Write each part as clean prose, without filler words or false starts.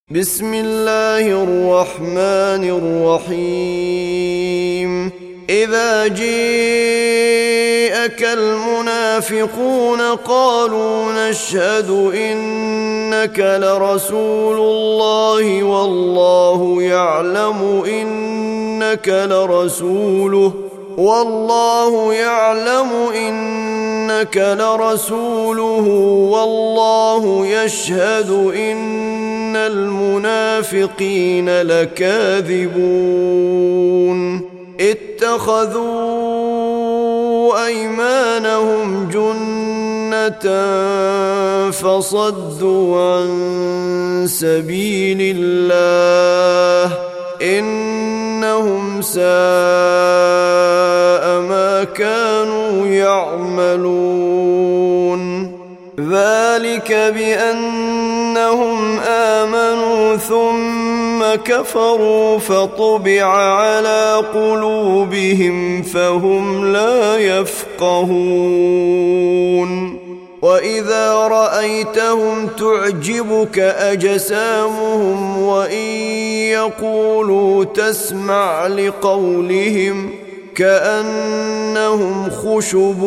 بسم الله الرحمن الرحيم إذا جاءك المنافقون قالوا نشهد إنك لرسول الله والله يعلم إنك لرسوله والله يشهد إن المنافقين لكاذبون اتخذوا أيمانهم جنة فصدوا عن سبيل الله إنهم ساء ما كانوا يعملون ذلك بأنهم آمنوا ثم كفروا فطبع على قلوبهم فهم لا يفقهون وإذا رأيتهم تعجبك أجسامهم وإن يقولوا تسمع لقولهم كأنهم خشب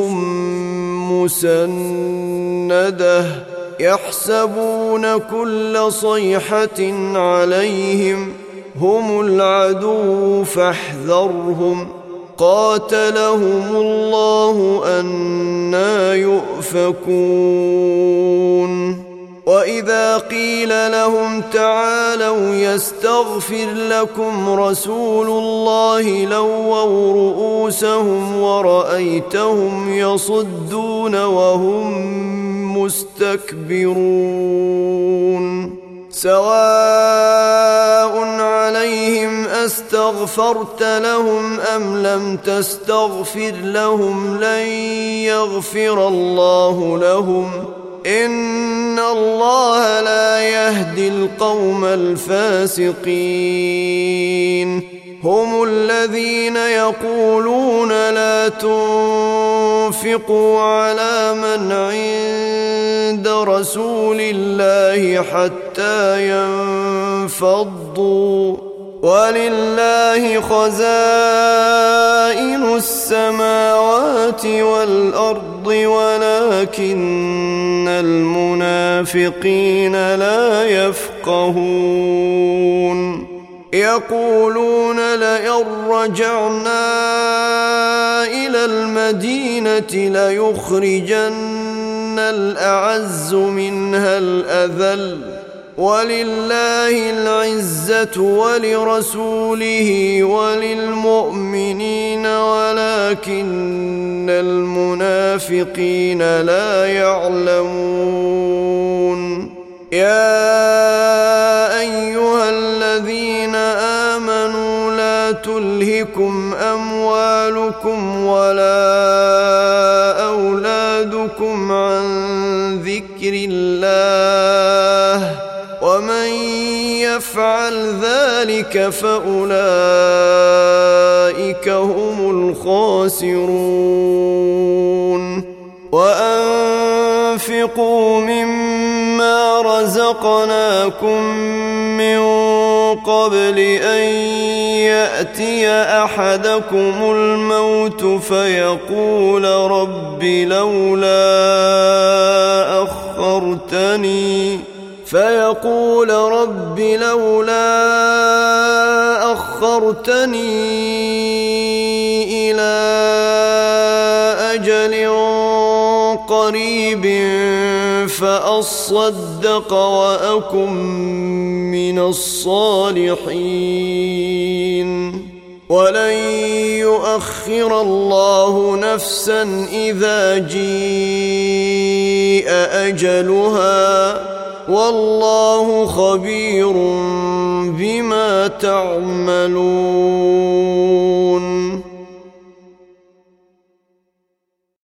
مسندة يحسبون كل صيحة عليهم هم العدو فاحذرهم قاتلهم الله أنى يؤفكون وإذا قيل لهم تعالوا يستغفر لكم رسول الله لووا رؤوسهم ورأيتهم يصدون وهم مستكبرون سواء عليهم أستغفرت لهم أم لم تستغفر لهم لن يغفر الله لهم إن الله لا يهدي القوم الفاسقين هم الذين يقولون لا تنفقوا على من عند رسول الله حتى ينفضوا ولله خزائن السماوات والأرض ولكن المنافقين لا يفقهون يقولون لئن رجعنا إلى المدينة ليخرجن الأعز منها الأذل ولله العزة ولرسوله وللمؤمنين ولكن المنافقين لا يعلمون يا أيها الذين آمنوا لا تلهكم أموالكم ولا أولادكم عن ذكر الله ومن يفعل ذلك فأولئك هم الخاسرون وأنفقوا مما رزقناكم من قبل أن يأتي أحدكم الموت فيقول رب لولا أخرتني إلى أجل قريب فأصدق وأكن من الصالحين ولن يؤخر الله نفسا إذا جاء أجلها والله خبير بما تعملون